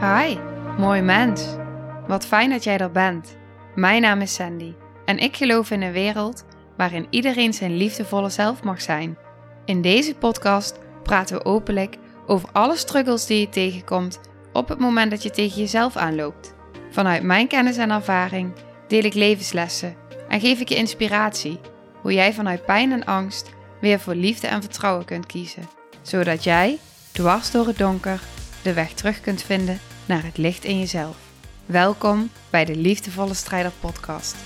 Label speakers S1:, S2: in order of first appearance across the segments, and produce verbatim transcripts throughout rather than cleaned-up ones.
S1: Hi, mooi mens. Wat fijn dat jij er bent. Mijn naam is Sandy en ik geloof in een wereld waarin iedereen zijn liefdevolle zelf mag zijn. In deze podcast praten we openlijk over alle struggles die je tegenkomt op het moment dat je tegen jezelf aanloopt. Vanuit mijn kennis en ervaring deel ik levenslessen en geef ik je inspiratie hoe jij vanuit pijn en angst weer voor liefde en vertrouwen kunt kiezen, zodat jij, dwars door het donker, de weg terug kunt vinden naar het licht in jezelf. Welkom bij de Liefdevolle Strijder podcast.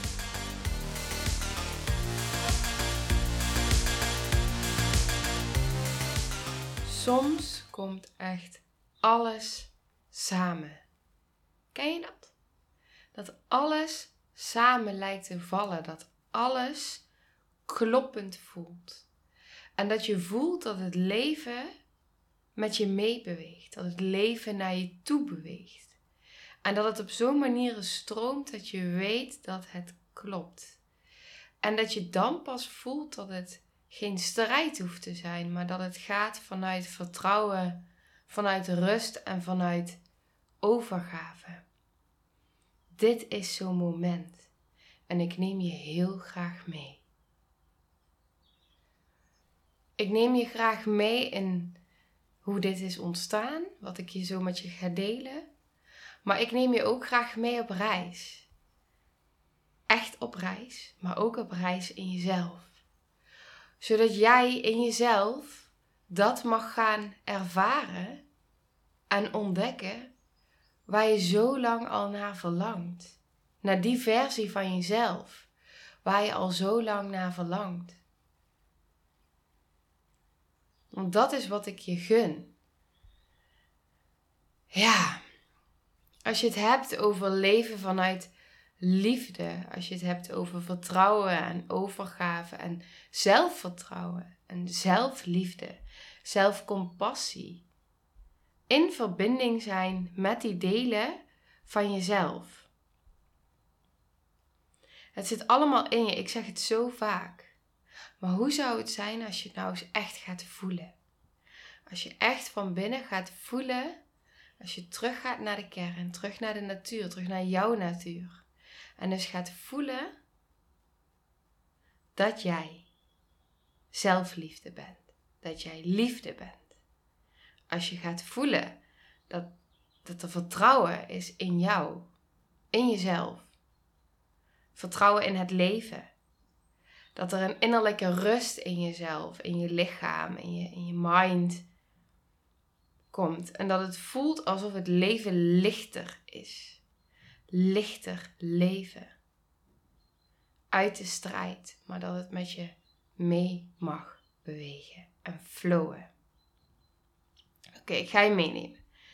S1: Soms komt echt alles samen. Ken je dat? Dat alles samen lijkt te vallen. Dat alles kloppend voelt. En dat je voelt dat het leven met je meebeweegt. Dat het leven naar je toe beweegt. En dat het op zo'n manier stroomt dat je weet dat het klopt. En dat je dan pas voelt dat het geen strijd hoeft te zijn, maar dat het gaat vanuit vertrouwen, vanuit rust en vanuit overgave. Dit is zo'n moment. En ik neem je heel graag mee. Ik neem je graag mee in hoe dit is ontstaan, wat ik je zo met je ga delen. Maar ik neem je ook graag mee op reis. Echt op reis, maar ook op reis in jezelf. Zodat jij in jezelf dat mag gaan ervaren en ontdekken waar je zo lang al naar verlangt. Naar die versie van jezelf waar je al zo lang naar verlangt. Want dat is wat ik je gun. Ja, als je het hebt over leven vanuit liefde, als je het hebt over vertrouwen en overgave en zelfvertrouwen en zelfliefde, zelfcompassie. In verbinding zijn met die delen van jezelf. Het zit allemaal in je, ik zeg het zo vaak. Maar hoe zou het zijn als je het nou eens echt gaat voelen? Als je echt van binnen gaat voelen, als je terug gaat naar de kern, terug naar de natuur, terug naar jouw natuur. En dus gaat voelen dat jij zelfliefde bent. Dat jij liefde bent. Als je gaat voelen dat, dat er vertrouwen is in jou, in jezelf. Vertrouwen in het leven. Dat er een innerlijke rust in jezelf, in je lichaam, in je, in je mind komt. En dat het voelt alsof het leven lichter is. Lichter leven. Uit de strijd, maar dat het met je mee mag bewegen en flowen. Oké, okay, ik ga je meenemen.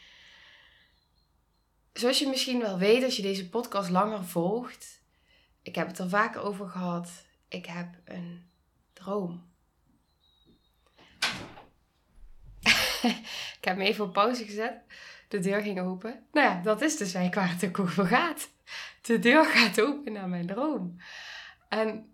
S1: Zoals je misschien wel weet als je deze podcast langer volgt. Ik heb het er vaker over gehad. Ik heb een droom. Ik heb me even op pauze gezet. De deur ging open. Nou ja, dat is dus waar het ook over gaat. De deur gaat open naar mijn droom. En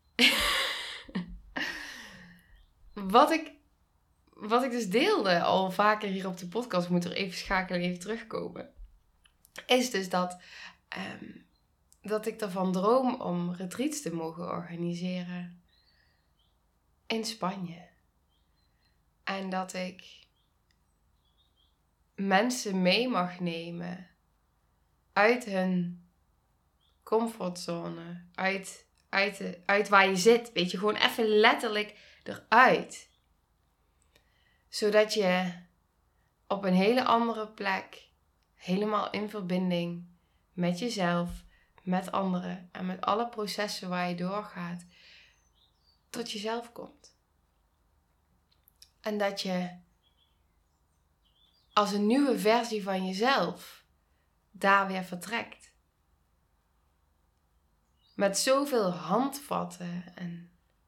S1: wat ik, wat ik dus deelde al vaker hier op de podcast, moet er even schakelen, even terugkomen. Is dus dat, um, dat ik ervan droom om retreats te mogen organiseren in Spanje. En dat ik mensen mee mag nemen uit hun comfortzone, uit, uit, de, uit waar je zit. Weet je, gewoon even letterlijk eruit. Zodat je op een hele andere plek, helemaal in verbinding met jezelf, met anderen en met alle processen waar je doorgaat, tot jezelf komt. En dat je als een nieuwe versie van jezelf daar weer vertrekt. Met zoveel handvatten en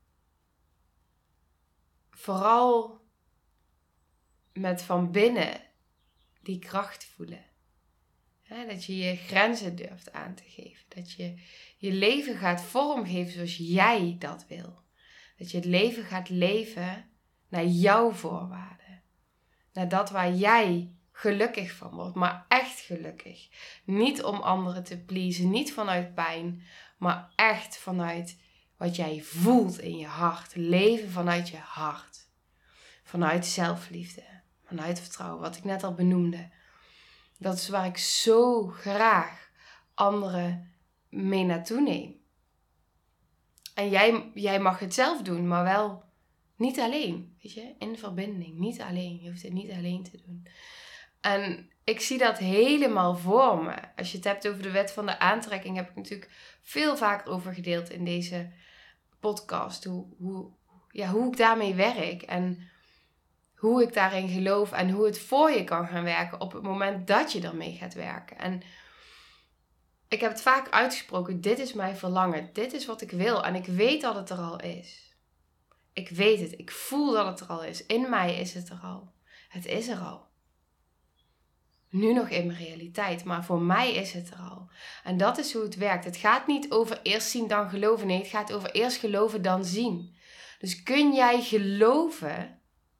S1: vooral met van binnen die kracht voelen. Ja, dat je je grenzen durft aan te geven. Dat je je leven gaat vormgeven zoals jij dat wil. Dat je het leven gaat leven naar jouw voorwaarden. Naar dat waar jij gelukkig van wordt. Maar echt gelukkig. Niet om anderen te pleasen. Niet vanuit pijn. Maar echt vanuit wat jij voelt in je hart. Leven vanuit je hart. Vanuit zelfliefde. Vanuit vertrouwen. Wat ik net al benoemde. Dat is waar ik zo graag anderen mee naartoe neem. En jij, jij mag het zelf doen, maar wel niet alleen. Weet je, in verbinding. Niet alleen. Je hoeft het niet alleen te doen. En ik zie dat helemaal voor me. Als je het hebt over de wet van de aantrekking, heb ik natuurlijk veel vaker over gedeeld in deze podcast. Hoe, hoe, ja, hoe ik daarmee werk en hoe ik daarin geloof en hoe het voor je kan gaan werken op het moment dat je ermee gaat werken. En ik heb het vaak uitgesproken, dit is mijn verlangen, dit is wat ik wil en ik weet dat het er al is. Ik weet het, ik voel dat het er al is. In mij is het er al. Het is er al. Nu nog in mijn realiteit, maar voor mij is het er al. En dat is hoe het werkt. Het gaat niet over eerst zien dan geloven. Nee, het gaat over eerst geloven dan zien. Dus kun jij geloven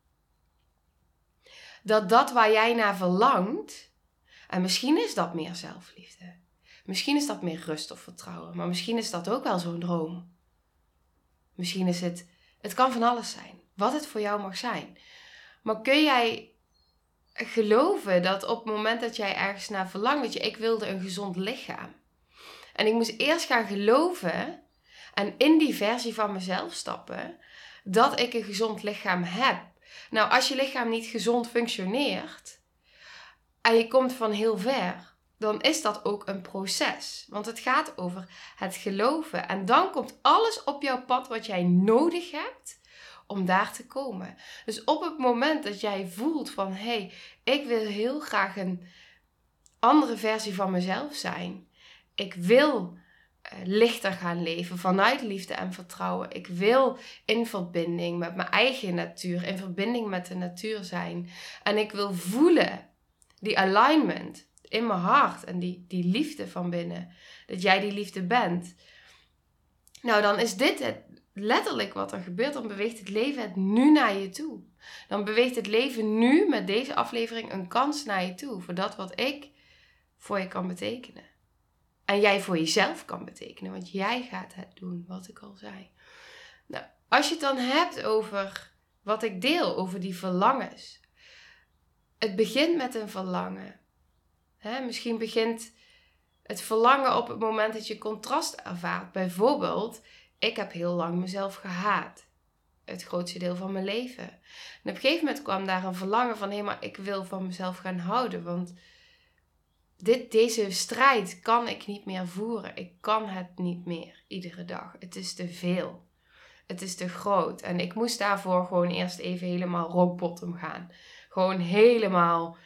S1: dat dat waar jij naar verlangt, en misschien is dat meer zelfliefde. Misschien is dat meer rust of vertrouwen. Maar misschien is dat ook wel zo'n droom. Misschien is het, het kan van alles zijn. Wat het voor jou mag zijn. Maar kun jij geloven dat op het moment dat jij ergens naar verlangt, dat je, ik wilde een gezond lichaam. En ik moest eerst gaan geloven en in die versie van mezelf stappen, dat ik een gezond lichaam heb. Nou, als je lichaam niet gezond functioneert en je komt van heel ver, dan is dat ook een proces. Want het gaat over het geloven. En dan komt alles op jouw pad wat jij nodig hebt om daar te komen. Dus op het moment dat jij voelt van, hé, hey, ik wil heel graag een andere versie van mezelf zijn. Ik wil uh, lichter gaan leven vanuit liefde en vertrouwen. Ik wil in verbinding met mijn eigen natuur, in verbinding met de natuur zijn. En ik wil voelen die alignment in mijn hart en die, die liefde van binnen. Dat jij die liefde bent. Nou, dan is dit het, letterlijk wat er gebeurt. Dan beweegt het leven het nu naar je toe. Dan beweegt het leven nu met deze aflevering een kans naar je toe. Voor dat wat ik voor je kan betekenen. En jij voor jezelf kan betekenen. Want jij gaat het doen, wat ik al zei. Nou, als je het dan hebt over wat ik deel, over die verlangens. Het begint met een verlangen. Hè, misschien begint het verlangen op het moment dat je contrast ervaart. Bijvoorbeeld, ik heb heel lang mezelf gehaat. Het grootste deel van mijn leven. En op een gegeven moment kwam daar een verlangen van, hé, maar ik wil van mezelf gaan houden. Want dit, deze strijd kan ik niet meer voeren. Ik kan het niet meer iedere dag. Het is te veel. Het is te groot. En ik moest daarvoor gewoon eerst even helemaal rock bottom gaan. Gewoon helemaal,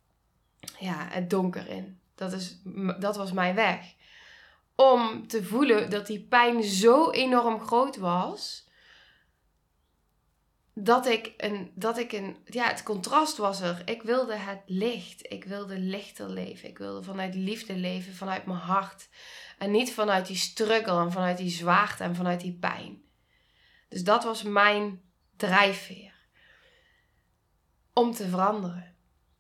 S1: ja, het donker in. Dat, is, dat was mijn weg. Om te voelen dat die pijn zo enorm groot was. Dat ik een, dat ik een, ja, het contrast was er. Ik wilde het licht. Ik wilde lichter leven. Ik wilde vanuit liefde leven, vanuit mijn hart. En niet vanuit die struggle en vanuit die zwaarte en vanuit die pijn. Dus dat was mijn drijfveer. Om te veranderen.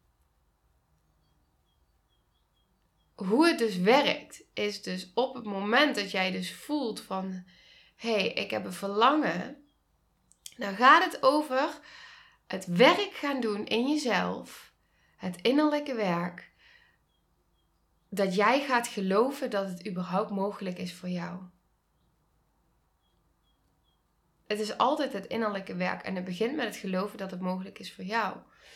S1: Hoe het dus werkt, is dus op het moment dat jij dus voelt van, hé, hey, ik heb een verlangen. Dan gaat het over het werk gaan doen in jezelf. Het innerlijke werk. Dat jij gaat geloven dat het überhaupt mogelijk is voor jou. Het is altijd het innerlijke werk. En het begint met het geloven dat het mogelijk is voor jou.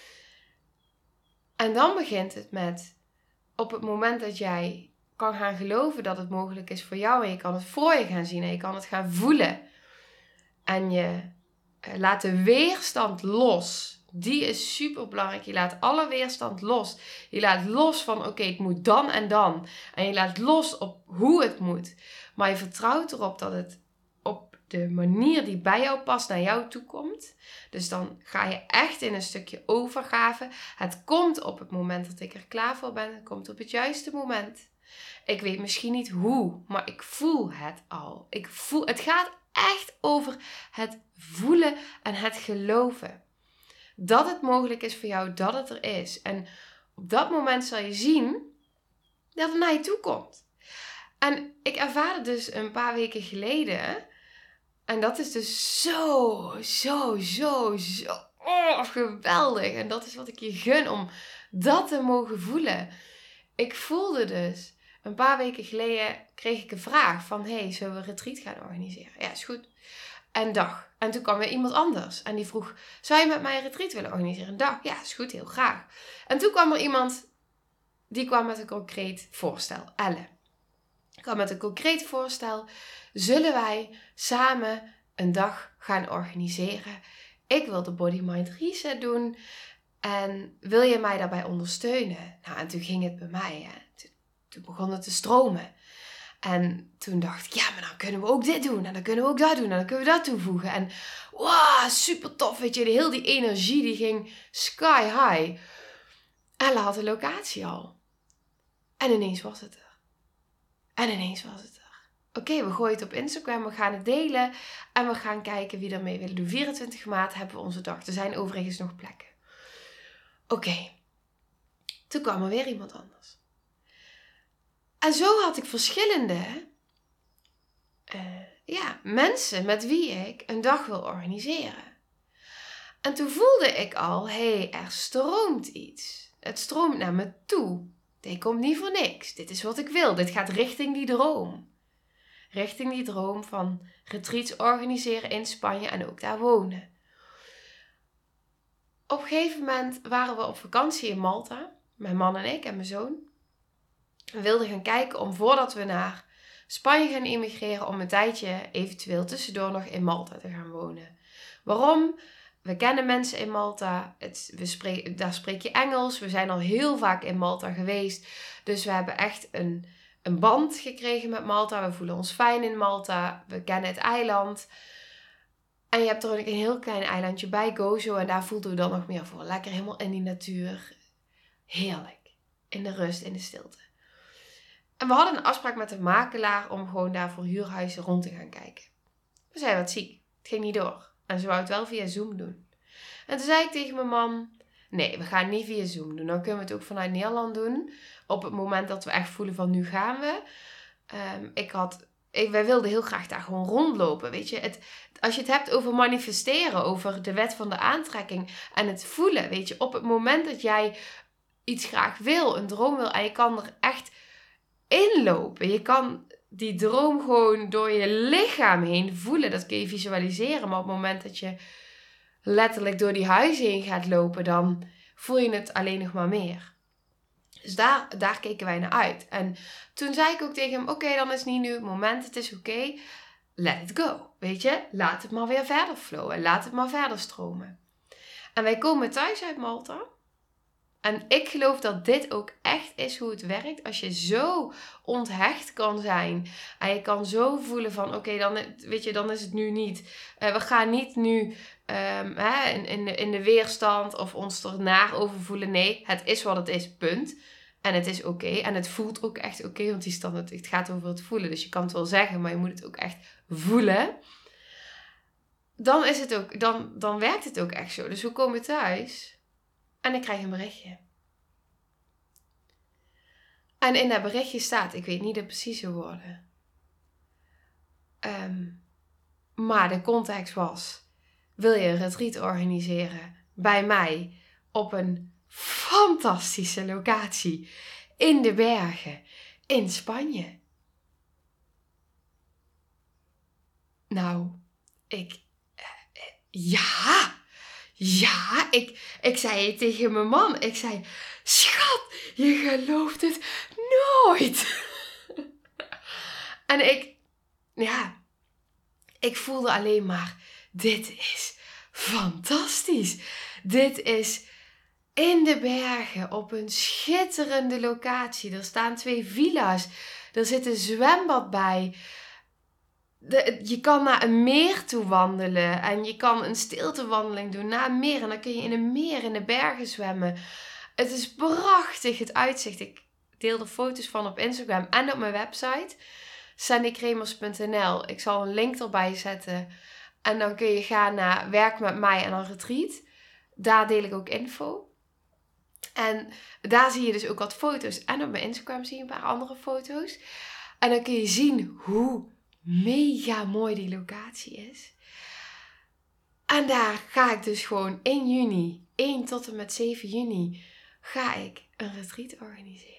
S1: En dan begint het met, op het moment dat jij kan gaan geloven dat het mogelijk is voor jou. En je kan het voor je gaan zien. En je kan het gaan voelen. En je laat de weerstand los. Die is super belangrijk. Je laat alle weerstand los. Je laat los van, oké, okay, het moet dan en dan. En je laat los op hoe het moet. Maar je vertrouwt erop dat het op de manier die bij jou past naar jou toe komt. Dus dan ga je echt in een stukje overgave. Het komt op het moment dat ik er klaar voor ben. Het komt op het juiste moment. Ik weet misschien niet hoe, maar ik voel het al. Ik voel, het gaat echt over het voelen en het geloven. Dat het mogelijk is voor jou, dat het er is. En op dat moment zal je zien dat het naar je toe komt. En ik ervaarde dus een paar weken geleden. En dat is dus zo, zo, zo, zo oh, geweldig. En dat is wat ik je gun om dat te mogen voelen. Ik voelde dus, een paar weken geleden kreeg ik een vraag van, hey, zullen we een retreat gaan organiseren? Ja, is goed. En dag. En toen kwam weer iemand anders. En die vroeg, zou je met mij een retreat willen organiseren? Een dag. Ja, is goed, heel graag. En toen kwam er iemand, die kwam met een concreet voorstel. Elle. Ik kwam met een concreet voorstel. Zullen wij samen een dag gaan organiseren? Ik wil de Body Mind Reset doen. En wil je mij daarbij ondersteunen? Nou, en toen ging het bij mij. Hè. Toen, toen begon het te stromen. En toen dacht ik, ja, maar dan kunnen we ook dit doen. En dan kunnen we ook dat doen. En dan kunnen we dat toevoegen. En wow, super tof. Weet je, heel die energie die ging sky high. Elle had de locatie al. En ineens was het er. En ineens was het er. Oké, okay, we gooien het op Instagram. We gaan het delen. En we gaan kijken wie er mee willen doen. vierentwintig maart hebben we onze dag. Er zijn overigens nog plekken. Oké. Okay. Toen kwam er weer iemand anders. En zo had ik verschillende uh, ja, mensen met wie ik een dag wil organiseren. En toen voelde ik al, hé, hey, er stroomt iets. Het stroomt naar me toe. Dit komt niet voor niks. Dit is wat ik wil. Dit gaat richting die droom. Richting die droom van retreats organiseren in Spanje en ook daar wonen. Op een gegeven moment waren we op vakantie in Malta. Mijn man en ik en mijn zoon. We wilden gaan kijken om voordat we naar Spanje gaan immigreren, om een tijdje eventueel tussendoor nog in Malta te gaan wonen. Waarom? We kennen mensen in Malta. Het, we spreek, daar spreek je Engels. We zijn al heel vaak in Malta geweest. Dus we hebben echt een, een band gekregen met Malta. We voelen ons fijn in Malta. We kennen het eiland. En je hebt er ook een heel klein eilandje bij, Gozo. En daar voelden we dan nog meer voor. Lekker helemaal in die natuur. Heerlijk. In de rust, in de stilte. En we hadden een afspraak met de makelaar om gewoon daar voor huurhuizen rond te gaan kijken. We zeiden wat ziek. Het ging niet door. En ze wou het wel via Zoom doen. En toen zei ik tegen mijn man, nee, we gaan niet via Zoom doen. Dan kunnen we het ook vanuit Nederland doen. Op het moment dat we echt voelen van nu gaan we. Um, ik had, ik, wij wilden heel graag daar gewoon rondlopen. Weet je, het, als je het hebt over manifesteren, over de wet van de aantrekking en het voelen. Weet je, op het moment dat jij iets graag wil, een droom wil en je kan er echt inlopen. Je kan die droom gewoon door je lichaam heen voelen. Dat kun je visualiseren. Maar op het moment dat je letterlijk door die huizen heen gaat lopen, dan voel je het alleen nog maar meer. Dus daar, daar keken wij naar uit. En toen zei ik ook tegen hem, oké, okay, dan is het niet nu het moment. Het is oké. Okay. Let it go. Weet je, laat het maar weer verder flowen. Laat het maar verder stromen. En wij komen thuis uit Malta. En ik geloof dat dit ook echt is hoe het werkt. Als je zo onthecht kan zijn. En je kan zo voelen van oké, okay, dan, weet je, dan is het nu niet. Uh, we gaan niet nu um, hè, in, in, de, in de weerstand of ons er naar over voelen. Nee, het is wat het is, punt. En het is oké. Okay. En het voelt ook echt oké. Okay, want die stand, het gaat over het voelen. Dus je kan het wel zeggen, maar je moet het ook echt voelen. Dan, is het ook, dan, dan werkt het ook echt zo. Dus we komen thuis. En ik krijg een berichtje. En in dat berichtje staat, ik weet niet de precieze woorden. Um, maar de context was, wil je een retreat organiseren bij mij op een fantastische locatie in de bergen in Spanje? Nou, ik, uh, ja... Ja, ik, ik zei het tegen mijn man. Ik zei, schat, je gelooft het nooit. En ik, ja, ik voelde alleen maar, dit is fantastisch. Dit is in de bergen op een schitterende locatie. Er staan twee villa's. Er zit een zwembad bij. De, je kan naar een meer toe wandelen. En je kan een stiltewandeling doen naar een meer. En dan kun je in een meer in de bergen zwemmen. Het is prachtig, het uitzicht. Ik deel er foto's van op Instagram en op mijn website. sandy kremers punt n l. Ik zal een link erbij zetten. En dan kun je gaan naar Werk met mij en een retreat. Daar deel ik ook info. En daar zie je dus ook wat foto's. En op mijn Instagram zie je een paar andere foto's. En dan kun je zien hoe mega mooi die locatie is. En daar ga ik dus gewoon in juni, één tot en met zeven juni, ga ik een retreat organiseren.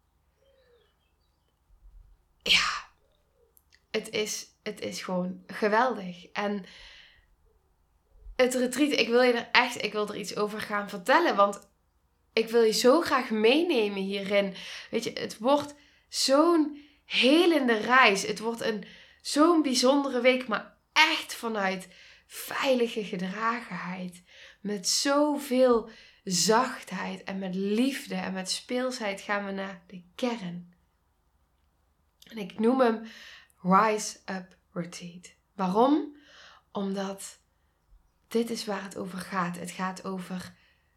S1: Ja, het is, het is gewoon geweldig. En het retreat, ik wil je er echt, ik wil er iets over gaan vertellen. Want ik wil je zo graag meenemen hierin. Weet je, het wordt zo'n helende reis. Het wordt een zo'n bijzondere week, maar echt vanuit veilige gedragenheid. Met zoveel zachtheid en met liefde en met speelsheid gaan we naar de kern. En ik noem hem Rise Up Retreat. Waarom? Omdat dit is waar het over gaat. Het gaat over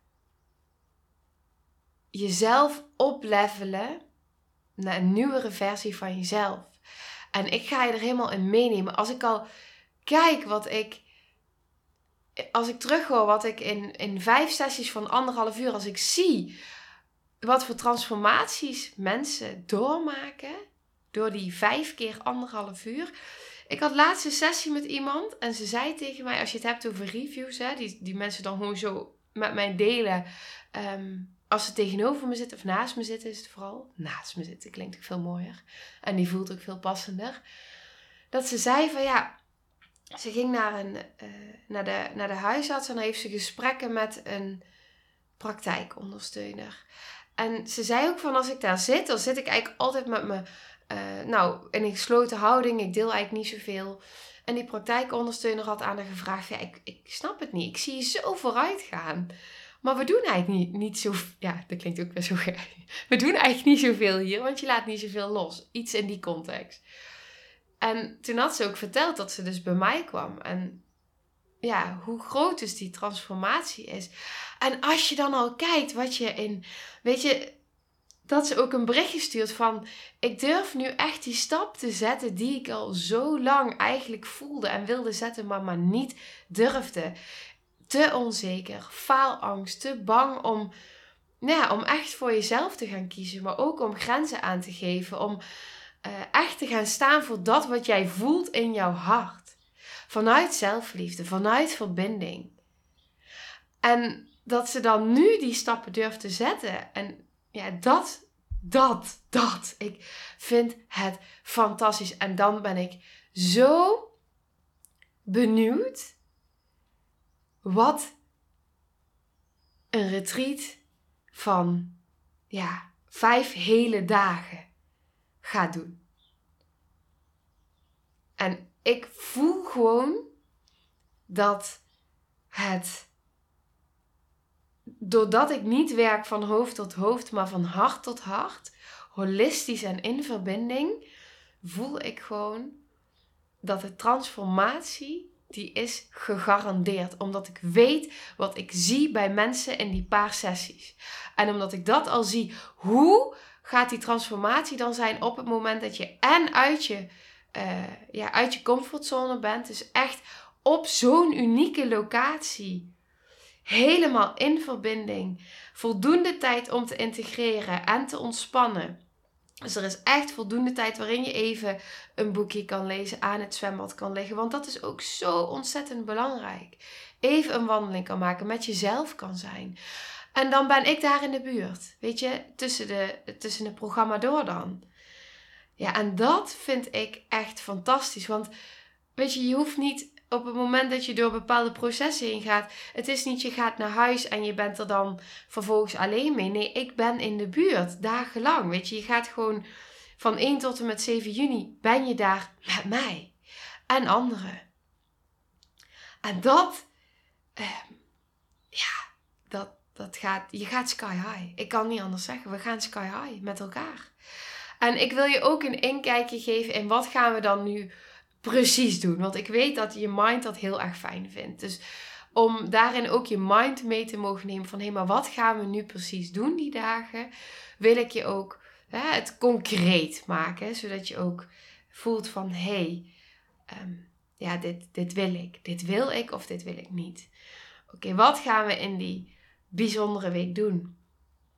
S1: jezelf oplevelen naar een nieuwere versie van jezelf. En ik ga je er helemaal in meenemen. Als ik al kijk wat ik, als ik terughoor wat ik in, in vijf sessies van anderhalf uur, als ik zie wat voor transformaties mensen doormaken door die vijf keer anderhalf uur. Ik had laatst een sessie met iemand en ze zei tegen mij, als je het hebt over reviews, hè, die, die mensen dan gewoon zo met mij delen. Um, als ze tegenover me zitten of naast me zitten, is het vooral naast me zitten. Klinkt ook veel mooier. En die voelt ook veel passender. Dat ze zei van ja, ze ging naar, een, uh, naar, de, naar de huisarts en dan heeft ze gesprekken met een praktijkondersteuner. En ze zei ook van als ik daar zit, dan zit ik eigenlijk altijd met me, uh, nou, in een gesloten houding. Ik deel eigenlijk niet zoveel. En die praktijkondersteuner had aan haar gevraagd, ja, ik, ik snap het niet. Ik zie je zo vooruit gaan. Maar we doen eigenlijk niet, niet zo... Ja, dat klinkt ook weer zo gek. We doen eigenlijk niet zoveel hier, want je laat niet zoveel los. Iets in die context. En toen had ze ook verteld dat ze dus bij mij kwam. En ja, hoe groot dus die transformatie is. En als je dan al kijkt wat je in... Weet je, dat ze ook een berichtje stuurt van... Ik durf nu echt die stap te zetten die ik al zo lang eigenlijk voelde en wilde zetten, maar maar niet durfde. Te onzeker, faalangst, te bang om, nou ja, om echt voor jezelf te gaan kiezen. Maar ook om grenzen aan te geven. Om uh, echt te gaan staan voor dat wat jij voelt in jouw hart. Vanuit zelfliefde, vanuit verbinding. En dat ze dan nu die stappen durft te zetten. En ja, dat, dat, dat. Ik vind het fantastisch. En dan ben ik zo benieuwd wat een retreat van ja, vijf hele dagen gaat doen. En ik voel gewoon dat het, doordat ik niet werk van hoofd tot hoofd, maar van hart tot hart, holistisch en in verbinding, voel ik gewoon dat de transformatie, die is gegarandeerd. Omdat ik weet wat ik zie bij mensen in die paar sessies. En omdat ik dat al zie, hoe gaat die transformatie dan zijn op het moment dat je en uit je, uh, ja, uit je comfortzone bent. Dus echt op zo'n unieke locatie. Helemaal in verbinding. Voldoende tijd om te integreren en te ontspannen. Dus er is echt voldoende tijd waarin je even een boekje kan lezen, aan het zwembad kan liggen. Want dat is ook zo ontzettend belangrijk. Even een wandeling kan maken, met jezelf kan zijn. En dan ben ik daar in de buurt. Weet je, tussen, de, tussen het programma door dan. Ja, en dat vind ik echt fantastisch. Want weet je, je hoeft niet op het moment dat je door bepaalde processen heen gaat. Het is niet je gaat naar huis en je bent er dan vervolgens alleen mee. Nee, ik ben in de buurt, dagenlang. Weet je, je gaat gewoon van één tot en met zeven juni ben je daar met mij. En anderen. En dat, eh, ja, dat, dat gaat, je gaat sky high. Ik kan niet anders zeggen. We gaan sky high met elkaar. En ik wil je ook een inkijkje geven in wat gaan we dan nu precies doen. Want ik weet dat je mind dat heel erg fijn vindt. Dus om daarin ook je mind mee te mogen nemen van hé, maar wat gaan we nu precies doen die dagen? Wil ik je ook hè, het concreet maken. Zodat je ook voelt van hé, um, ja, dit, dit wil ik. Dit wil ik of dit wil ik niet. Oké, okay, wat gaan we in die bijzondere week doen?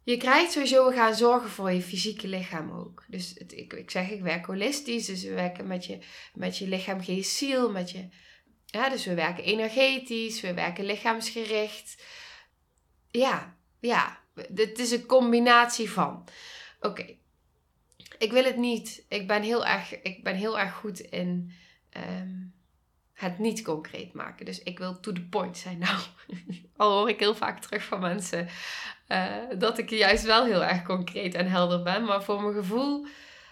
S1: Je krijgt sowieso, we gaan zorgen voor je fysieke lichaam ook. Dus het, ik, ik zeg, ik werk holistisch. Dus we werken met je, met je lichaam, geest, ziel. Met je, ja, dus we werken energetisch. We werken lichaamsgericht. Ja, ja. Het is een combinatie van. Oké. Okay. Ik wil het niet. Ik ben heel erg, ik ben heel erg goed in um, het niet concreet maken. Dus ik wil to the point zijn. Nou, al hoor ik heel vaak terug van mensen uh, dat ik juist wel heel erg concreet en helder ben. Maar voor mijn gevoel,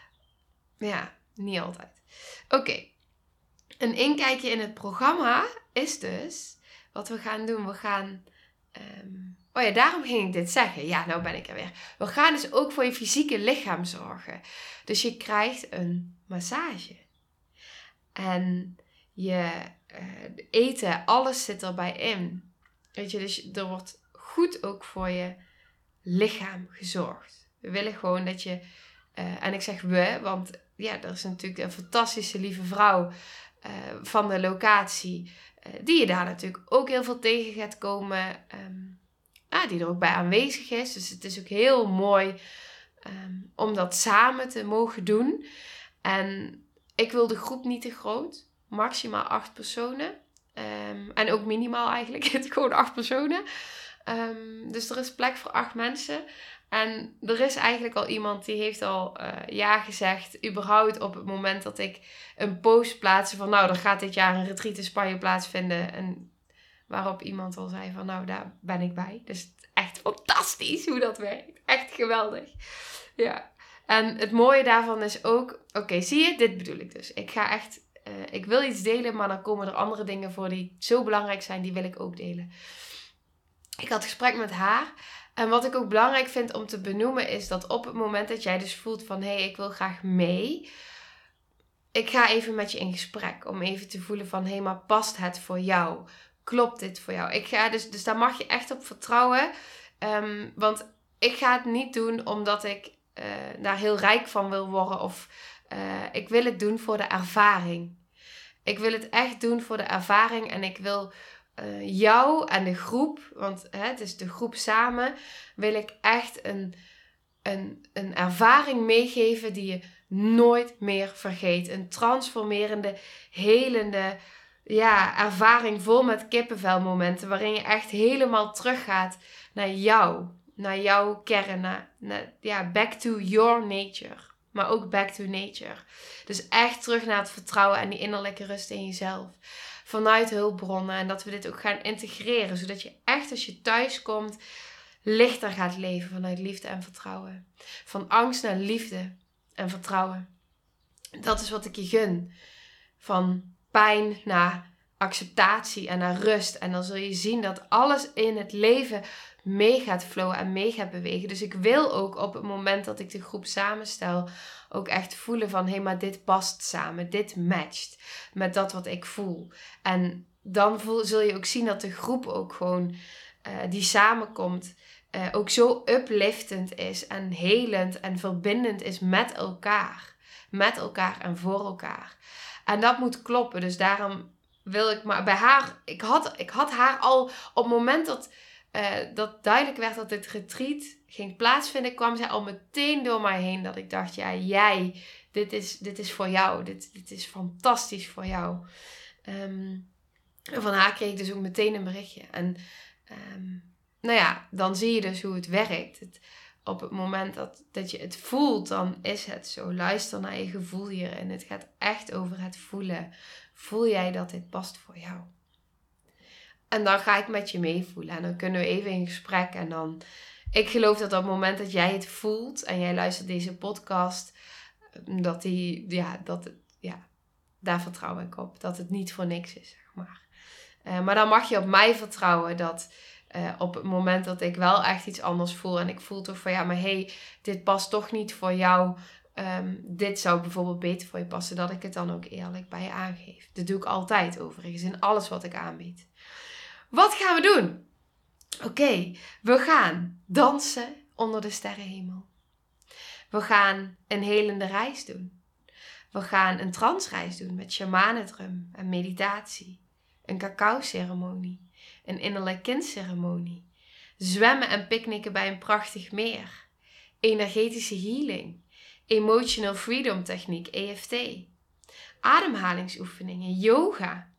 S1: ja, niet altijd. Oké. Okay. Een inkijkje in het programma is dus wat we gaan doen. We gaan... Um, oh ja, daarom ging ik dit zeggen. Ja, nou ben ik er weer. We gaan dus ook voor je fysieke lichaam zorgen. Dus je krijgt een massage. En je uh, eten, alles zit erbij in. Weet je, dus er wordt goed ook voor je lichaam gezorgd. We willen gewoon dat je... Uh, en ik zeg we, want ja, er is natuurlijk een fantastische lieve vrouw uh, van de locatie... Uh, die je daar natuurlijk ook heel veel tegen gaat komen. Um, ah, die er ook bij aanwezig is. Dus het is ook heel mooi um, om dat samen te mogen doen. En ik wil de groep niet te groot. Maximaal acht personen. Um, en ook minimaal eigenlijk. Het gewoon acht personen. Um, dus er is plek voor acht mensen. En er is eigenlijk al iemand die heeft al uh, ja gezegd. Überhaupt op het moment dat ik een post plaatste van... Nou, er gaat dit jaar een retreat in Spanje plaatsvinden. En waarop iemand al zei van... Nou, daar ben ik bij. Dus het is echt fantastisch hoe dat werkt. Echt geweldig. Ja. En het mooie daarvan is ook... Oké, okay, zie je? Dit bedoel ik dus. Ik ga echt... Uh, ik wil iets delen, maar dan komen er andere dingen voor die zo belangrijk zijn. Die wil ik ook delen. Ik had gesprek met haar... En wat ik ook belangrijk vind om te benoemen is dat op het moment dat jij dus voelt van... hé, hey, ik wil graag mee. Ik ga even met je in gesprek om even te voelen van... hé, hey, maar past het voor jou? Klopt dit voor jou? Ik ga dus, dus daar mag je echt op vertrouwen. Um, want ik ga het niet doen omdat ik uh, daar heel rijk van wil worden. Of uh, ik wil het doen voor de ervaring. Ik wil het echt doen voor de ervaring en ik wil... Uh, jou en de groep, want hè, het is de groep samen, wil ik echt een, een, een ervaring meegeven die je nooit meer vergeet. Een transformerende, helende ja, ervaring vol met kippenvelmomenten, waarin je echt helemaal teruggaat naar jou, naar jouw kern, naar, naar, ja, back to your nature. Maar ook back to nature. Dus echt terug naar het vertrouwen en die innerlijke rust in jezelf. Vanuit hulpbronnen. En dat we dit ook gaan integreren. Zodat je echt als je thuis komt lichter gaat leven vanuit liefde en vertrouwen. Van angst naar liefde en vertrouwen. Dat is wat ik je gun. Van pijn naar acceptatie en naar rust. En dan zul je zien dat alles in het leven mee gaat flowen en mee gaat bewegen. Dus ik wil ook op het moment dat ik de groep samenstel ook echt voelen van... hé, hey, maar dit past samen. Dit matcht met dat wat ik voel. En dan voel, zul je ook zien dat de groep ook gewoon uh, die samenkomt... Uh, ook zo upliftend is en helend en verbindend is met elkaar. Met elkaar en voor elkaar. En dat moet kloppen. Dus daarom wil ik maar bij haar... Ik had, ik had haar al op het moment dat... Uh, dat duidelijk werd dat dit retreat ging plaatsvinden, kwam zij al meteen door mij heen. Dat ik dacht, ja, jij, dit is, dit is voor jou. Dit, dit is fantastisch voor jou. Um, en van haar kreeg ik dus ook meteen een berichtje. En um, nou ja, dan zie je dus hoe het werkt. Het, op het moment dat, dat je het voelt, dan is het zo. Luister naar je gevoel hierin. Het gaat echt over het voelen. Voel jij dat dit past voor jou? En dan ga ik met je meevoelen. En dan kunnen we even in gesprek. En dan... Ik geloof dat op het moment dat jij het voelt... en jij luistert deze podcast... dat die... Ja, dat het... Ja, daar vertrouw ik op. Dat het niet voor niks is, zeg maar. Uh, maar dan mag je op mij vertrouwen... dat uh, op het moment dat ik wel echt iets anders voel... en ik voel toch van... ja, maar hé, hey, dit past toch niet voor jou... Um, dit zou bijvoorbeeld beter voor je passen... dat ik het dan ook eerlijk bij je aangeef. Dat doe ik altijd overigens... in alles wat ik aanbied. Wat gaan we doen? Oké, okay, we gaan dansen onder de sterrenhemel. We gaan een helende reis doen. We gaan een transreis doen met shamanendrum en meditatie. Een cacao-ceremonie. Een innerlijk kindceremonie. Zwemmen en picknicken bij een prachtig meer. Energetische healing. Emotional freedom techniek, E F T. Ademhalingsoefeningen, yoga.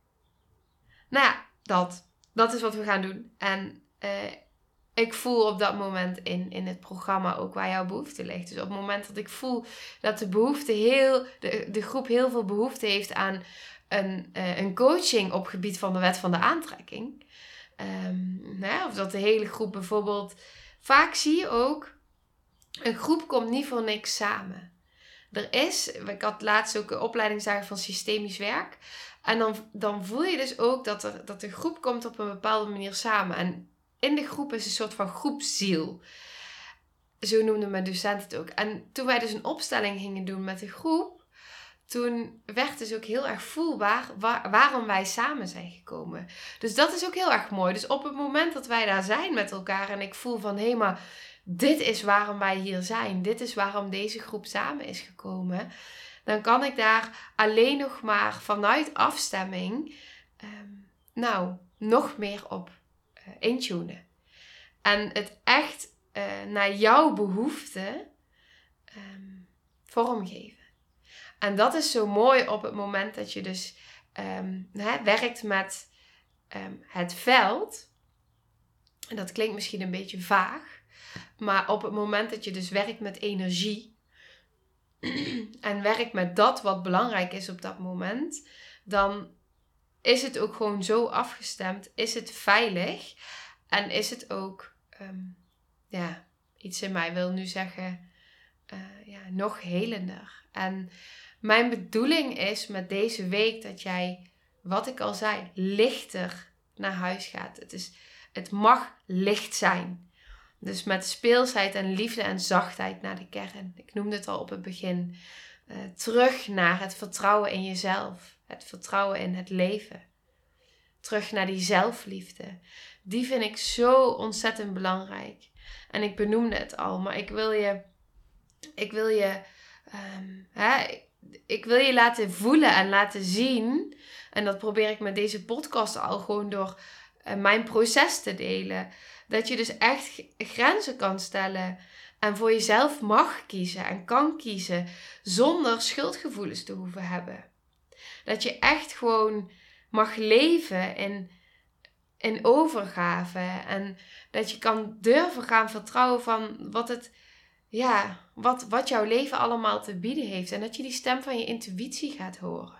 S1: Nou ja, dat. Dat is wat we gaan doen. En uh, ik voel op dat moment in, in het programma ook waar jouw behoefte ligt. Dus op het moment dat ik voel dat de behoefte heel, de, de groep heel veel behoefte heeft aan een, uh, een coaching op gebied van de wet van de aantrekking. Um, nou, of dat de hele groep bijvoorbeeld... Vaak zie je ook, een groep komt niet voor niks samen. Er is, ik had laatst ook een opleidingsdagen van systemisch werk. En dan, dan voel je dus ook dat, er, dat de groep komt op een bepaalde manier samen. En in de groep is een soort van groepsziel. Zo noemde mijn docent het ook. En toen wij dus een opstelling gingen doen met de groep, toen werd dus ook heel erg voelbaar waar, waarom wij samen zijn gekomen. Dus dat is ook heel erg mooi. Dus op het moment dat wij daar zijn met elkaar en ik voel van, hé, maar dit is waarom wij hier zijn. Dit is waarom deze groep samen is gekomen. Dan kan ik daar alleen nog maar vanuit afstemming, um, nou, nog meer op uh, intunen. En het echt uh, naar jouw behoeften um, vormgeven. En dat is zo mooi op het moment dat je dus um, hè, werkt met um, het veld. En dat klinkt misschien een beetje vaag. Maar op het moment dat je dus werkt met energie. En werkt met dat wat belangrijk is op dat moment. Dan is het ook gewoon zo afgestemd. Is het veilig. En is het ook, um, ja, iets in mij wil nu zeggen, uh, ja, nog helender. En mijn bedoeling is met deze week dat jij, wat ik al zei, lichter naar huis gaat. Het, is, het mag licht zijn. Dus met speelsheid en liefde en zachtheid naar de kern. Ik noemde het al op het begin. Uh, terug naar het vertrouwen in jezelf. Het vertrouwen in het leven. Terug naar die zelfliefde. Die vind ik zo ontzettend belangrijk. En ik benoemde het al, maar ik wil je... Ik wil je... Um, hè, ik wil je laten voelen en laten zien. En dat probeer ik met deze podcast al gewoon door uh, mijn proces te delen. Dat je dus echt grenzen kan stellen. En voor jezelf mag kiezen en kan kiezen. Zonder schuldgevoelens te hoeven hebben. Dat je echt gewoon mag leven in, in overgave. En dat je kan durven gaan vertrouwen van wat het... Ja, wat, wat jouw leven allemaal te bieden heeft. En dat je die stem van je intuïtie gaat horen.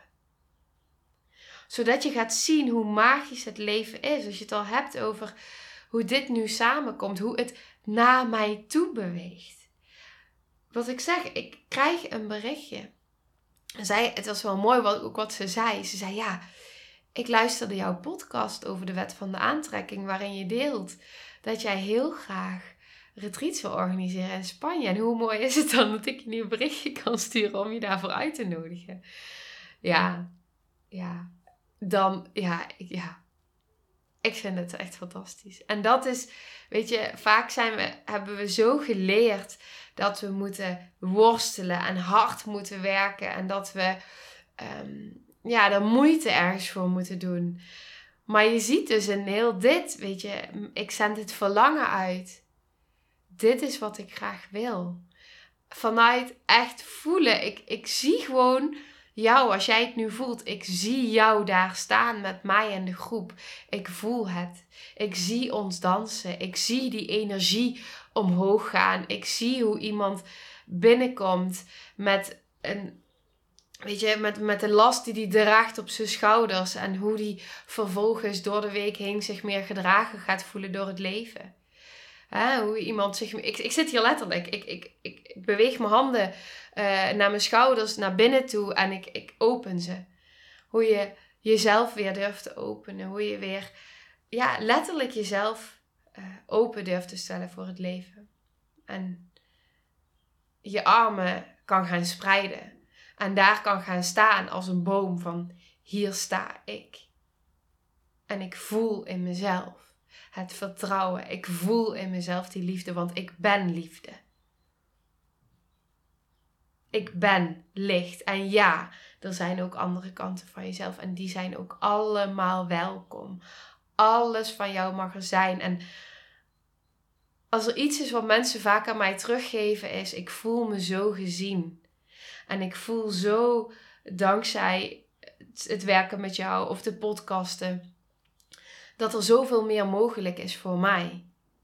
S1: Zodat je gaat zien hoe magisch het leven is. Als je het al hebt over hoe dit nu samenkomt. Hoe het naar mij toe beweegt. Wat ik zeg, ik krijg een berichtje. Zij, het was wel mooi wat, ook wat ze zei. Ze zei, ja, ik luisterde jouw podcast over de wet van de aantrekking. Waarin je deelt dat jij heel graag retreats wil organiseren in Spanje. En hoe mooi is het dan dat ik je nu een berichtje kan sturen om je daarvoor uit te nodigen. Ja, ja, dan, ja, ja. Ik vind het echt fantastisch. En dat is, weet je, vaak zijn we, hebben we zo geleerd dat we moeten worstelen en hard moeten werken. En dat we, um, ja, er moeite ergens voor moeten doen. Maar je ziet dus in heel dit, weet je, ik zend het verlangen uit. Dit is wat ik graag wil. Vanuit echt voelen. Ik, ik zie gewoon jou, als jij het nu voelt. Ik zie jou daar staan met mij en de groep. Ik voel het. Ik zie ons dansen. Ik zie die energie omhoog gaan. Ik zie hoe iemand binnenkomt met een... Weet je, met, met de last die hij draagt op zijn schouders. En hoe die vervolgens door de week heen zich meer gedragen gaat voelen door het leven. Hè, hoe iemand zich... Ik, ik zit hier letterlijk. Ik, ik, ik, ik beweeg mijn handen uh, naar mijn schouders, naar binnen toe. En ik, ik open ze. Hoe je jezelf weer durft te openen. Hoe je weer ja, letterlijk jezelf uh, open durft te stellen voor het leven. En je armen kan gaan spreiden. En daar kan gaan staan als een boom van hier sta ik. En ik voel in mezelf het vertrouwen. Ik voel in mezelf die liefde, want ik ben liefde. Ik ben licht. En ja, er zijn ook andere kanten van jezelf. En die zijn ook allemaal welkom. Alles van jou mag er zijn. En als er iets is wat mensen vaak aan mij teruggeven is, ik voel me zo gezien. En ik voel zo, dankzij het werken met jou of de podcasten, dat er zoveel meer mogelijk is voor mij.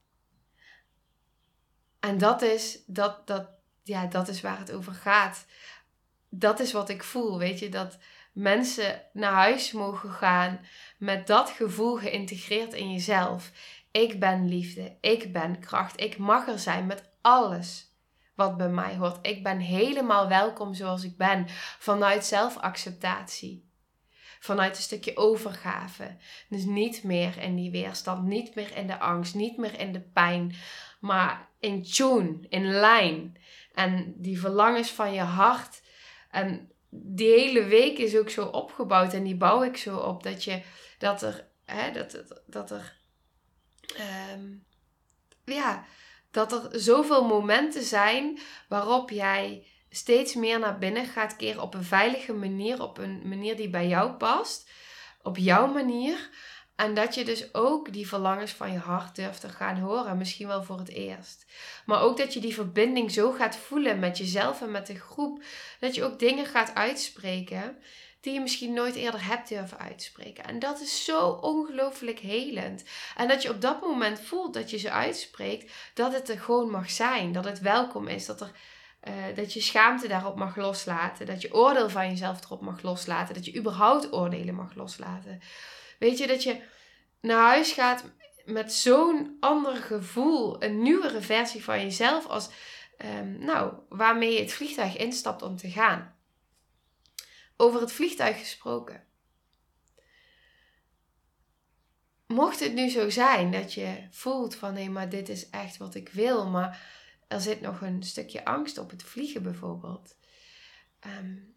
S1: En dat is, dat, dat, ja, dat is waar het over gaat. Dat is wat ik voel, weet je. Dat mensen naar huis mogen gaan met dat gevoel geïntegreerd in jezelf. Ik ben liefde, ik ben kracht, ik mag er zijn met alles wat bij mij hoort. Ik ben helemaal welkom zoals ik ben, vanuit zelfacceptatie. Vanuit een stukje overgave. Dus niet meer in die weerstand, niet meer in de angst, niet meer in de pijn, maar in tune, in lijn. En die verlangens van je hart. En die hele week is ook zo opgebouwd en die bouw ik zo op dat je, dat er, hè, dat, dat er, um, ja, dat er zoveel momenten zijn waarop jij steeds meer naar binnen gaat keren op een veilige manier, op een manier die bij jou past, op jouw manier. En dat je dus ook die verlangens van je hart durft te gaan horen, misschien wel voor het eerst. Maar ook dat je die verbinding zo gaat voelen met jezelf en met de groep, dat je ook dingen gaat uitspreken die je misschien nooit eerder hebt durven uitspreken. En dat is zo ongelooflijk helend. En dat je op dat moment voelt dat je ze uitspreekt, dat het er gewoon mag zijn, dat het welkom is, dat er Uh, dat je schaamte daarop mag loslaten. Dat je oordeel van jezelf erop mag loslaten. Dat je überhaupt oordelen mag loslaten. Weet je, dat je naar huis gaat met zo'n ander gevoel. Een nieuwere versie van jezelf. Als, um, nou, waarmee je het vliegtuig instapt om te gaan. Over het vliegtuig gesproken. Mocht het nu zo zijn dat je voelt van nee, maar dit is echt wat ik wil. Maar er zit nog een stukje angst op het vliegen bijvoorbeeld. Um,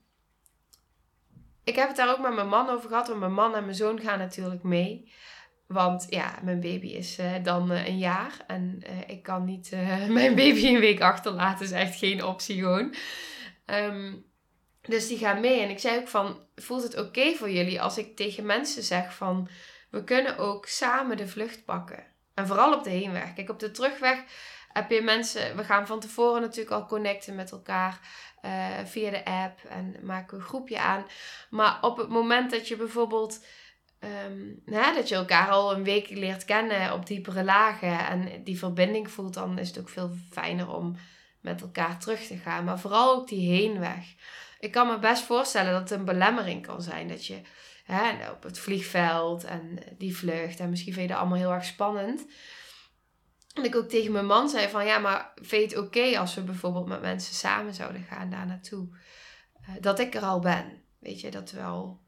S1: ik heb het daar ook met mijn man over gehad. Want mijn man en mijn zoon gaan natuurlijk mee. Want ja, mijn baby is uh, dan uh, een jaar. En uh, ik kan niet uh, mijn baby een week achterlaten. Is echt geen optie gewoon. Um, dus die gaan mee. En ik zei ook van, voelt het oké okay voor jullie als ik tegen mensen zeg van, we kunnen ook samen de vlucht pakken. En vooral op de heenweg. Kijk, op de terugweg heb je mensen, we gaan van tevoren natuurlijk al connecten met elkaar uh, via de app en maken we een groepje aan. Maar op het moment dat je bijvoorbeeld, um, nou, dat je elkaar al een week leert kennen op diepere lagen en die verbinding voelt, dan is het ook veel fijner om met elkaar terug te gaan. Maar vooral ook die heenweg. Ik kan me best voorstellen dat het een belemmering kan zijn. Dat je hè, op het vliegveld en die vlucht en misschien vind je dat allemaal heel erg spannend. En ik ook tegen mijn man zei van ja, maar vind je het oké okay als we bijvoorbeeld met mensen samen zouden gaan daar naartoe? Uh, dat ik er al ben. Weet je, dat we al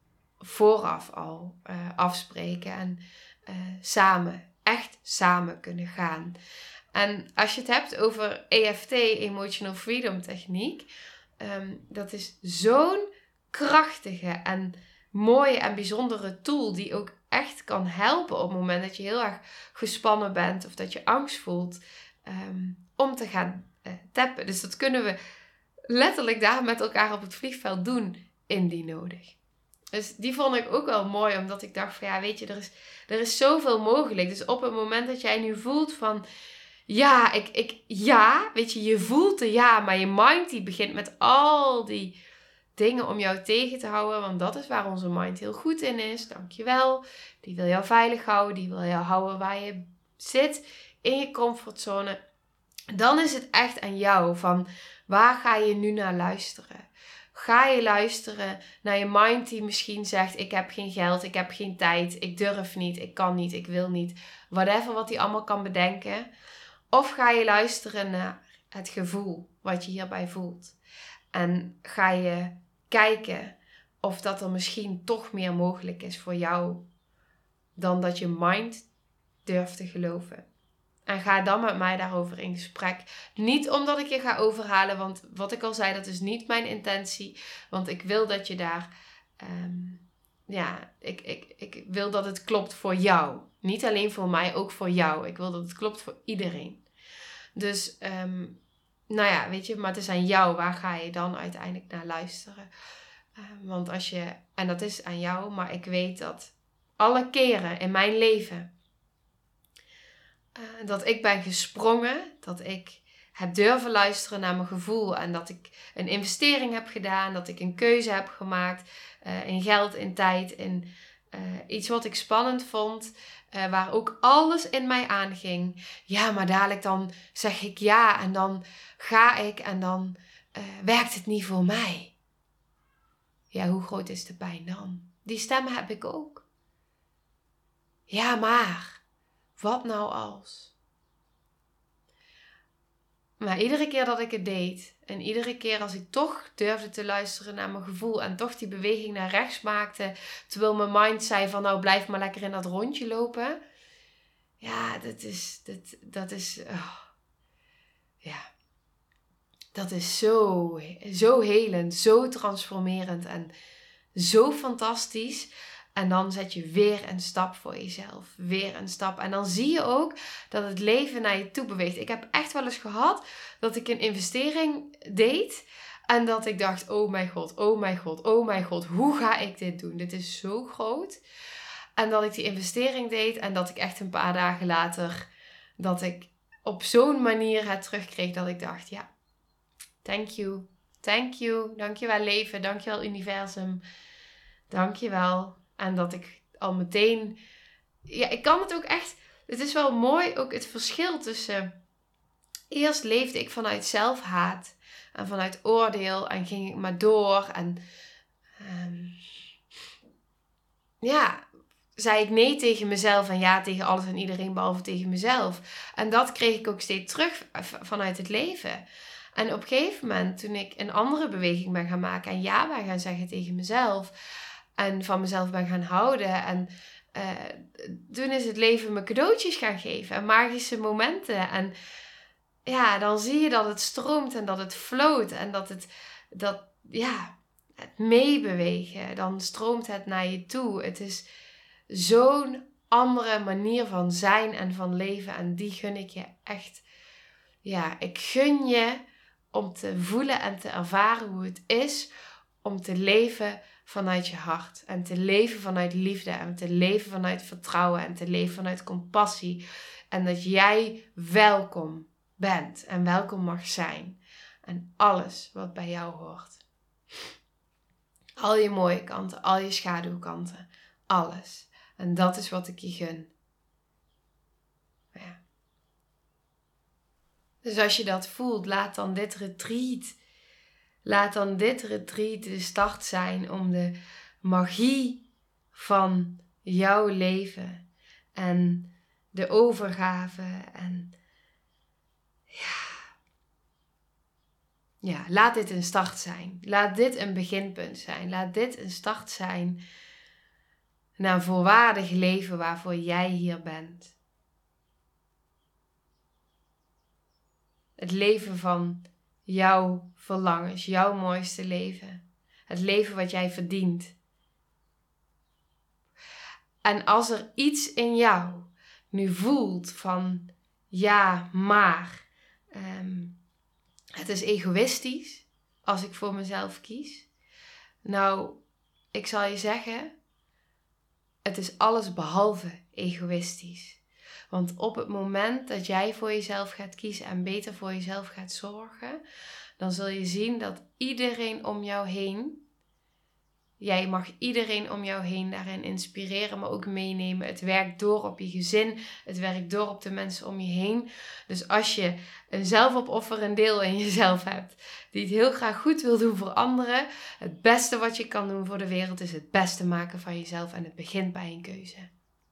S1: vooraf al uh, afspreken en uh, samen, echt samen kunnen gaan. En als je het hebt over E F T, Emotional Freedom Techniek, um, dat is zo'n krachtige en mooie en bijzondere tool die ook echt kan helpen op het moment dat je heel erg gespannen bent of dat je angst voelt um, om te gaan uh, tappen. Dus dat kunnen we letterlijk daar met elkaar op het vliegveld doen, indien nodig. Dus die vond ik ook wel mooi, omdat ik dacht van ja, weet je, er is, er is zoveel mogelijk. Dus op het moment dat jij nu voelt van ja, ik, ik, ja, weet je, je voelt de ja, maar je mind die begint met al die dingen om jou tegen te houden, want dat is waar onze mind heel goed in is. Dankjewel. Die wil jou veilig houden, die wil jou houden waar je zit, in je comfortzone. Dan is het echt aan jou van waar ga je nu naar luisteren? Ga je luisteren naar je mind die misschien zegt ik heb geen geld, ik heb geen tijd, ik durf niet, ik kan niet, ik wil niet. Whatever wat die allemaal kan bedenken. Of ga je luisteren naar het gevoel wat je hierbij voelt. En ga je kijken of dat er misschien toch meer mogelijk is voor jou dan dat je mind durft te geloven. En ga dan met mij daarover in gesprek. Niet omdat ik je ga overhalen, want wat ik al zei, dat is niet mijn intentie. Want ik wil dat je daar, um, ja, ik, ik, ik wil dat het klopt voor jou. Niet alleen voor mij, ook voor jou. Ik wil dat het klopt voor iedereen. Dus, um, nou ja, weet je, maar het is aan jou. Waar ga je dan uiteindelijk naar luisteren? Uh, want als je, en dat is aan jou, maar ik weet dat alle keren in mijn leven, Uh, dat ik ben gesprongen. Dat ik heb durven luisteren naar mijn gevoel. En dat ik een investering heb gedaan. Dat ik een keuze heb gemaakt. Uh, in geld, in tijd. In uh, iets wat ik spannend vond. Uh, waar ook alles in mij aanging. Ja, maar dadelijk dan zeg ik ja. En dan ga ik. En dan uh, werkt het niet voor mij. Ja, hoe groot is de pijn dan? Die stemmen heb ik ook. Ja, maar. Wat nou als? Maar iedere keer dat ik het deed. En iedere keer als ik toch durfde te luisteren naar mijn gevoel. En toch die beweging naar rechts maakte. Terwijl mijn mind zei van nou blijf maar lekker in dat rondje lopen. Ja, dat is... Dat, dat is... Oh, ja. Dat is zo, zo helend. Zo transformerend. En zo fantastisch. En dan zet je weer een stap voor jezelf. Weer een stap. En dan zie je ook dat het leven naar je toe beweegt. Ik heb echt wel eens gehad dat ik een investering deed. En dat ik dacht, oh mijn god, oh mijn god, oh mijn god. Hoe ga ik dit doen? Dit is zo groot. En dat ik die investering deed. En dat ik echt een paar dagen later, dat ik op zo'n manier het terugkreeg. Dat ik dacht, ja, thank you. Thank you. Dankjewel leven. Dankjewel universum. Dankjewel. En dat ik al meteen... Ja, ik kan het ook echt... Het is wel mooi, ook het verschil tussen... Eerst leefde ik vanuit zelfhaat. En vanuit oordeel. En ging ik maar door. En... Um, ja... Zei ik nee tegen mezelf. En ja tegen alles en iedereen behalve tegen mezelf. En dat kreeg ik ook steeds terug vanuit het leven. En op een gegeven moment, toen ik een andere beweging ben gaan maken. En ja ben gaan zeggen tegen mezelf... En van mezelf ben gaan houden. En uh, toen is het leven me cadeautjes gaan geven. En magische momenten. En ja, dan zie je dat het stroomt en dat het floot. En dat het, dat, ja, het meebewegen. Dan stroomt het naar je toe. Het is zo'n andere manier van zijn en van leven. En die gun ik je echt. Ja, ik gun je om te voelen en te ervaren hoe het is om te leven vanuit je hart. En te leven vanuit liefde. En te leven vanuit vertrouwen. En te leven vanuit compassie. En dat jij welkom bent. En welkom mag zijn. En alles wat bij jou hoort. Al je mooie kanten. Al je schaduwkanten. Alles. En dat is wat ik je gun. Ja. Dus als je dat voelt, laat dan dit retreat... Laat dan dit retreat de start zijn om de magie van jouw leven en de overgave en ja, ja, laat dit een start zijn. Laat dit een beginpunt zijn. Laat dit een start zijn naar een volwaardig leven waarvoor jij hier bent. Het leven van jouw verlangens, jouw mooiste leven. Het leven wat jij verdient. En als er iets in jou nu voelt van ja, maar um, het is egoïstisch als ik voor mezelf kies. Nou, ik zal je zeggen, het is alles behalve egoïstisch. Want op het moment dat jij voor jezelf gaat kiezen en beter voor jezelf gaat zorgen, dan zul je zien dat iedereen om jou heen, jij mag iedereen om jou heen daarin inspireren, maar ook meenemen. Het werkt door op je gezin, het werkt door op de mensen om je heen. Dus als je een zelfopofferend deel in jezelf hebt, die het heel graag goed wil doen voor anderen, het beste wat je kan doen voor de wereld is het beste maken van jezelf en het begint bij een keuze.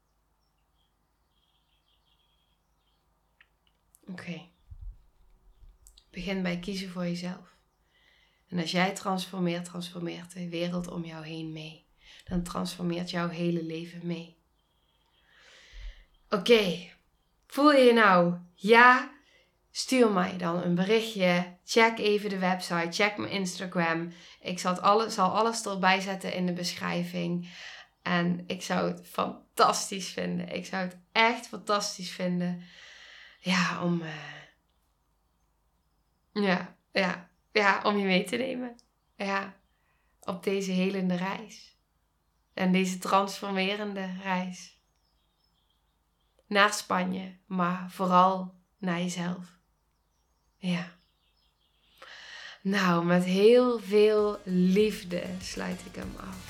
S1: Oké. Okay. Begin bij kiezen voor jezelf. En als jij transformeert, transformeert de wereld om jou heen mee. Dan transformeert jouw hele leven mee. Oké. Okay. Voel je je nou? Ja? Stuur mij dan een berichtje. Check even de website. Check mijn Instagram. Ik zal alles, zal alles erbij zetten in de beschrijving. En ik zou het fantastisch vinden. Ik zou het echt fantastisch vinden. Ja, om... Uh, ja, ja, ja, om je mee te nemen. Ja, op deze helende reis. En deze transformerende reis. naar Spanje, maar vooral naar jezelf. Ja. Nou, met heel veel liefde sluit ik hem af.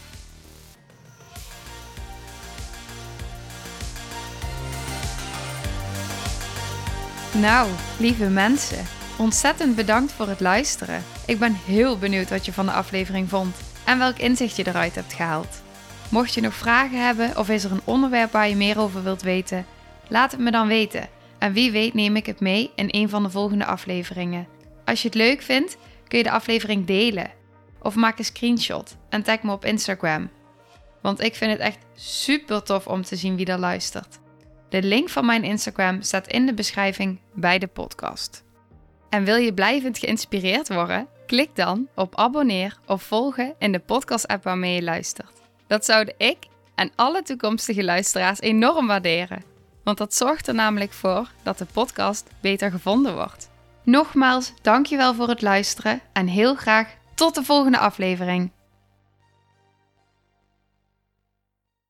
S2: Nou, lieve mensen, ontzettend bedankt voor het luisteren. Ik ben heel benieuwd wat je van de aflevering vond en welk inzicht je eruit hebt gehaald. Mocht je nog vragen hebben of is er een onderwerp waar je meer over wilt weten, laat het me dan weten. En wie weet neem ik het mee in een van de volgende afleveringen. Als je het leuk vindt, kun je de aflevering delen. Of maak een screenshot en tag me op Instagram. Want ik vind het echt super tof om te zien wie er luistert. De link van mijn Instagram staat in de beschrijving bij de podcast. En wil je blijvend geïnspireerd worden? Klik dan op abonneer of volgen in de podcast-app waarmee je luistert. Dat zouden ik en alle toekomstige luisteraars enorm waarderen. Want dat zorgt er namelijk voor dat de podcast beter gevonden wordt. Nogmaals, dankjewel voor het luisteren en heel graag tot de volgende aflevering.